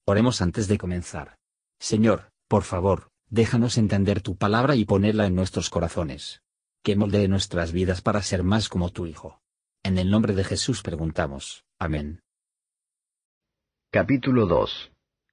Oremos antes de comenzar. Señor, por favor, déjanos entender tu palabra y ponerla en nuestros corazones. Que moldee nuestras vidas para ser más como tu Hijo. En el nombre de Jesús preguntamos. Amén. Capítulo 2.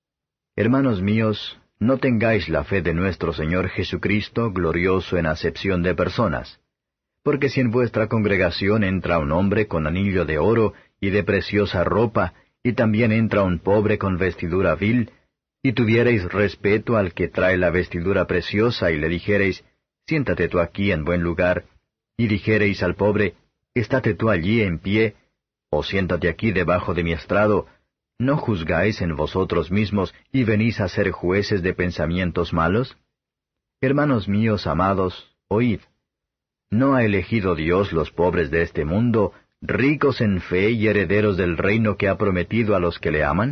Hermanos míos, no tengáis la fe de nuestro Señor Jesucristo glorioso en acepción de personas. Porque si en vuestra congregación entra un hombre con anillo de oro y de preciosa ropa, y también entra un pobre con vestidura vil, y tuviereis respeto al que trae la vestidura preciosa, y le dijereis, siéntate tú aquí en buen lugar, y dijereis al pobre, estate tú allí en pie, o siéntate aquí debajo de mi estrado, ¿no juzgáis en vosotros mismos y venís a ser jueces de pensamientos malos? Hermanos míos amados, oíd. ¿No ha elegido Dios los pobres de este mundo, ricos en fe y herederos del reino que ha prometido a los que le aman?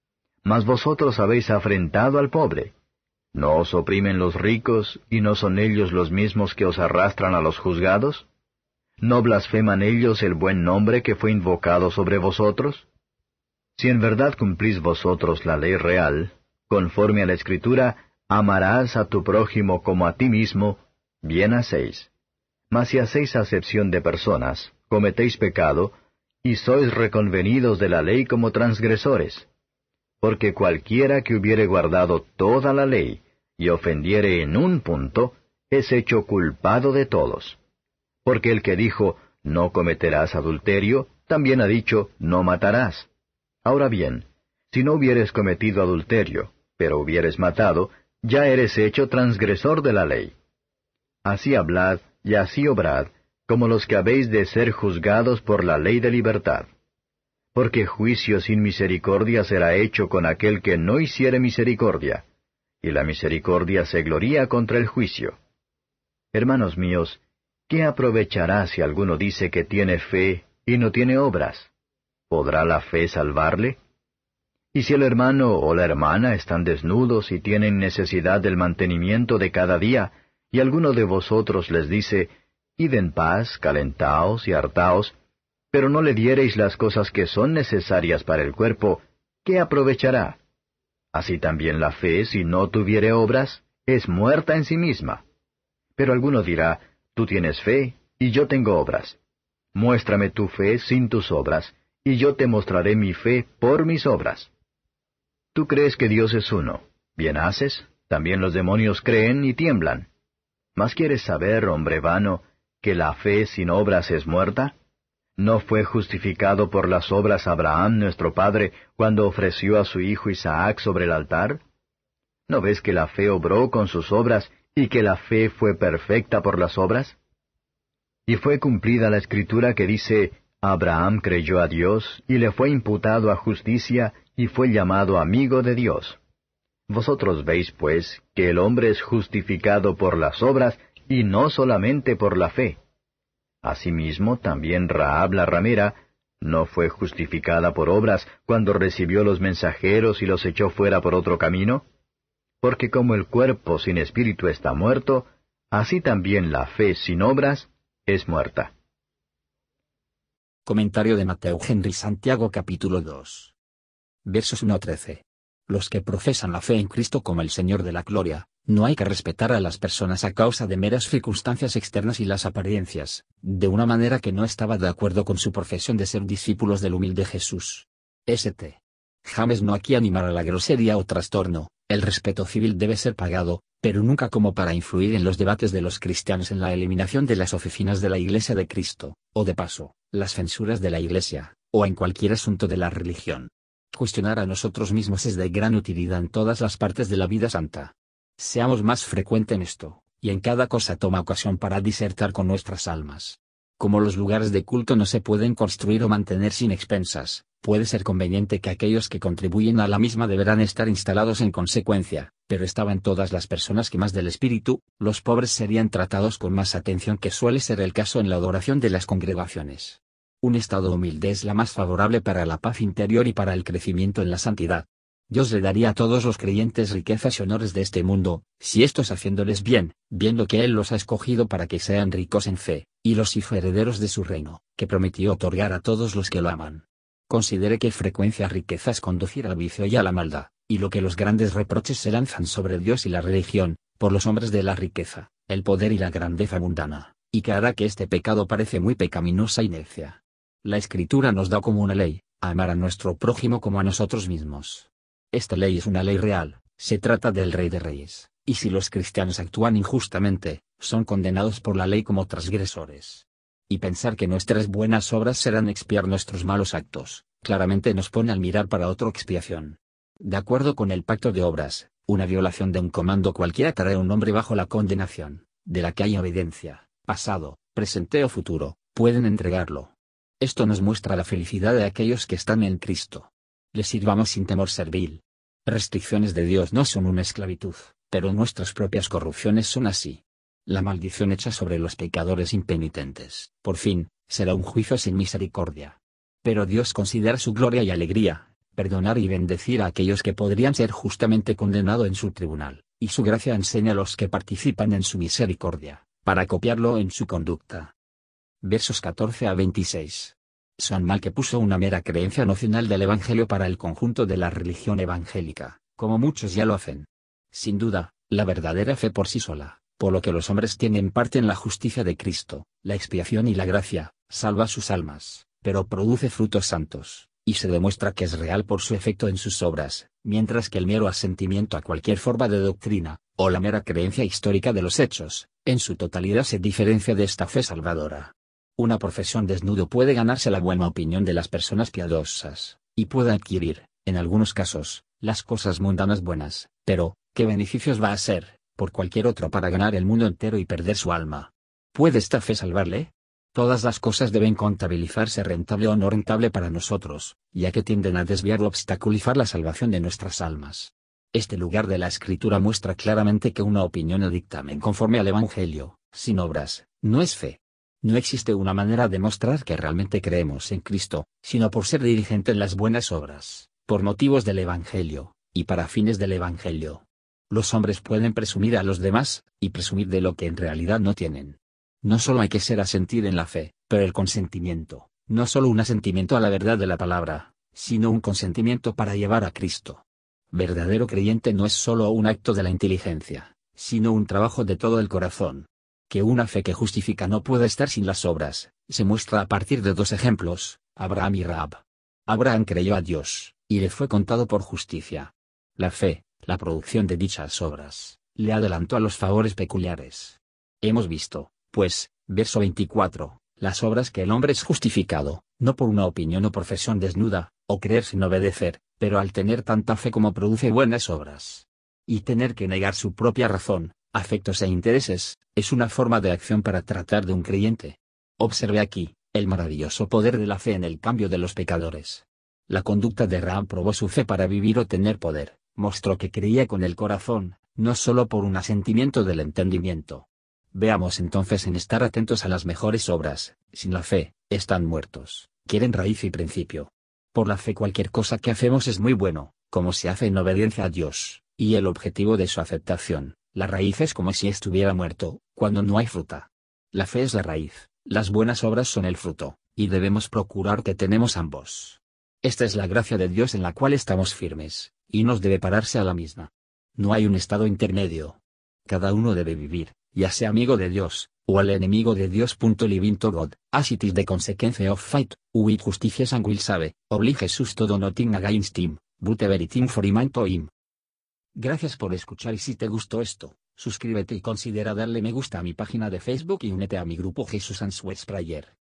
Mas vosotros habéis afrentado al pobre. ¿No os oprimen los ricos, y no son ellos los mismos que os arrastran a los juzgados? ¿No blasfeman ellos el buen nombre que fue invocado sobre vosotros? Si en verdad cumplís vosotros la ley real, conforme a la Escritura, amarás a tu prójimo como a ti mismo, bien hacéis. Mas si hacéis acepción de personas, cometéis pecado, y sois reconvenidos de la ley como transgresores. Porque cualquiera que hubiere guardado toda la ley, y ofendiere en un punto, es hecho culpado de todos. Porque el que dijo, no cometerás adulterio, también ha dicho, no matarás. Ahora bien, si no hubieres cometido adulterio, pero hubieres matado, ya eres hecho transgresor de la ley. Así hablad, y así obrad, como los que habéis de ser juzgados por la ley de libertad. Porque juicio sin misericordia será hecho con aquel que no hiciere misericordia, y la misericordia se gloría contra el juicio. Hermanos míos, ¿qué aprovechará si alguno dice que tiene fe y no tiene obras? ¿Podrá la fe salvarle? Y si el hermano o la hermana están desnudos y tienen necesidad del mantenimiento de cada día, y alguno de vosotros les dice, id en paz, calentaos y hartaos, pero no le diereis las cosas que son necesarias para el cuerpo, ¿qué aprovechará? Así también la fe, si no tuviere obras, es muerta en sí misma. Pero alguno dirá, tú tienes fe, y yo tengo obras. Muéstrame tu fe sin tus obras, y yo te mostraré mi fe por mis obras. Tú crees que Dios es uno. Bien haces, también los demonios creen y tiemblan. ¿Mas quieres saber, hombre vano, que la fe sin obras es muerta? ¿No fue justificado por las obras Abraham nuestro padre cuando ofreció a su hijo Isaac sobre el altar? ¿No ves que la fe obró con sus obras y que la fe fue perfecta por las obras? Y fue cumplida la escritura que dice, Abraham creyó a Dios y le fue imputado a justicia y fue llamado amigo de Dios. Vosotros veis, pues, que el hombre es justificado por las obras y no solamente por la fe. Asimismo, también Rahab la ramera no fue justificada por obras cuando recibió los mensajeros y los echó fuera por otro camino. Porque como el cuerpo sin espíritu está muerto, así también la fe sin obras es muerta. Comentario de Mateo Henry Santiago capítulo 2. Versos 1 a 13. Los que profesan la fe en Cristo como el Señor de la gloria, no hay que respetar a las personas a causa de meras circunstancias externas y las apariencias, de una manera que no estaba de acuerdo con su profesión de ser discípulos del humilde Jesús. St. James no aquí animar a la grosería o trastorno, el respeto civil debe ser pagado, pero nunca como para influir en los debates de los cristianos en la eliminación de las oficinas de la Iglesia de Cristo, o de paso, las censuras de la Iglesia, o en cualquier asunto de la religión. Cuestionar a nosotros mismos es de gran utilidad en todas las partes de la vida santa. Seamos más frecuentes en esto, y en cada cosa toma ocasión para disertar con nuestras almas. Como los lugares de culto no se pueden construir o mantener sin expensas, puede ser conveniente que aquellos que contribuyen a la misma deberán estar instalados en consecuencia, pero estaban todas las personas que más del espíritu, los pobres serían tratados con más atención que suele ser el caso en la adoración de las congregaciones. Un estado humilde es la más favorable para la paz interior y para el crecimiento en la santidad. Dios le daría a todos los creyentes riquezas y honores de este mundo, si estos haciéndoles bien, viendo que Él los ha escogido para que sean ricos en fe, y los hizo herederos de su reino, que prometió otorgar a todos los que lo aman. Considere qué frecuencia riquezas conducir al vicio y a la maldad, y lo que los grandes reproches se lanzan sobre Dios y la religión, por los hombres de la riqueza, el poder y la grandeza mundana, y que hará que este pecado parece muy pecaminosa y necia. La Escritura nos da como una ley, amar a nuestro prójimo como a nosotros mismos. Esta ley es una ley real, se trata del Rey de Reyes, y si los cristianos actúan injustamente, son condenados por la ley como transgresores. Y pensar que nuestras buenas obras serán expiar nuestros malos actos, claramente nos pone al mirar para otra expiación. De acuerdo con el pacto de obras, una violación de un comando cualquiera trae a un hombre bajo la condenación, de la que hay evidencia, pasado, presente o futuro, pueden entregarlo. Esto nos muestra la felicidad de aquellos que están en Cristo. Le sirvamos sin temor servil. Restricciones de Dios no son una esclavitud, pero nuestras propias corrupciones son así. La maldición hecha sobre los pecadores impenitentes, por fin, será un juicio sin misericordia. Pero Dios considera su gloria y alegría, perdonar y bendecir a aquellos que podrían ser justamente condenados en su tribunal, y su gracia enseña a los que participan en su misericordia, para copiarlo en su conducta. Versos 14 a 26. San Mal que puso una mera creencia nocional del Evangelio para el conjunto de la religión evangélica, como muchos ya lo hacen. Sin duda, la verdadera fe por sí sola, por lo que los hombres tienen parte en la justicia de Cristo, la expiación y la gracia, salva sus almas, pero produce frutos santos, y se demuestra que es real por su efecto en sus obras, mientras que el mero asentimiento a cualquier forma de doctrina, o la mera creencia histórica de los hechos, en su totalidad se diferencia de esta fe salvadora. Una profesión desnudo puede ganarse la buena opinión de las personas piadosas, y puede adquirir, en algunos casos, las cosas mundanas buenas, pero, ¿qué beneficios va a ser, por cualquier otro para ganar el mundo entero y perder su alma? ¿Puede esta fe salvarle? Todas las cosas deben contabilizarse rentable o no rentable para nosotros, ya que tienden a desviar o obstaculizar la salvación de nuestras almas. Este lugar de la Escritura muestra claramente que una opinión o dictamen conforme al Evangelio, sin obras, no es fe. No existe una manera de mostrar que realmente creemos en Cristo, sino por ser diligente en las buenas obras, por motivos del Evangelio, y para fines del Evangelio. Los hombres pueden presumir a los demás, y presumir de lo que en realidad no tienen. No solo hay que ser asentir en la fe, pero el consentimiento, no solo un asentimiento a la verdad de la palabra, sino un consentimiento para llevar a Cristo. Verdadero creyente no es solo un acto de la inteligencia, sino un trabajo de todo el corazón. Que una fe que justifica no pueda estar sin las obras, se muestra a partir de dos ejemplos, Abraham y Rahab. Abraham creyó a Dios, y le fue contado por justicia. La fe, la producción de dichas obras, le adelantó a los favores peculiares. Hemos visto, pues, verso 24, las obras que el hombre es justificado, no por una opinión o profesión desnuda, o creer sin obedecer, pero al tener tanta fe como produce buenas obras. Y tener que negar su propia razón, afectos e intereses, es una forma de acción para tratar de un creyente. Observe aquí, el maravilloso poder de la fe en el cambio de los pecadores. La conducta de Rahab probó su fe para vivir o tener poder, mostró que creía con el corazón, no solo por un asentimiento del entendimiento. Veamos entonces en estar atentos a las mejores obras, sin la fe, están muertos, quieren raíz y principio. Por la fe cualquier cosa que hacemos es muy bueno, como se hace en obediencia a Dios, y el objetivo de su aceptación. La raíz es como si estuviera muerto, cuando no hay fruta. La fe es la raíz, las buenas obras son el fruto, y debemos procurar que tenemos ambos. Esta es la gracia de Dios en la cual estamos firmes, y nos debe pararse a la misma. No hay un estado intermedio. Cada uno debe vivir, ya sea amigo de Dios, o al enemigo de Dios. Living to God, as it is the consequence of fight, with justice and will save, oblige Jesus to do nothing against him, but everything for him and to him. Gracias por escuchar y si te gustó esto, suscríbete y considera darle me gusta a mi página de Facebook y únete a mi grupo Jesus Answers Prayer.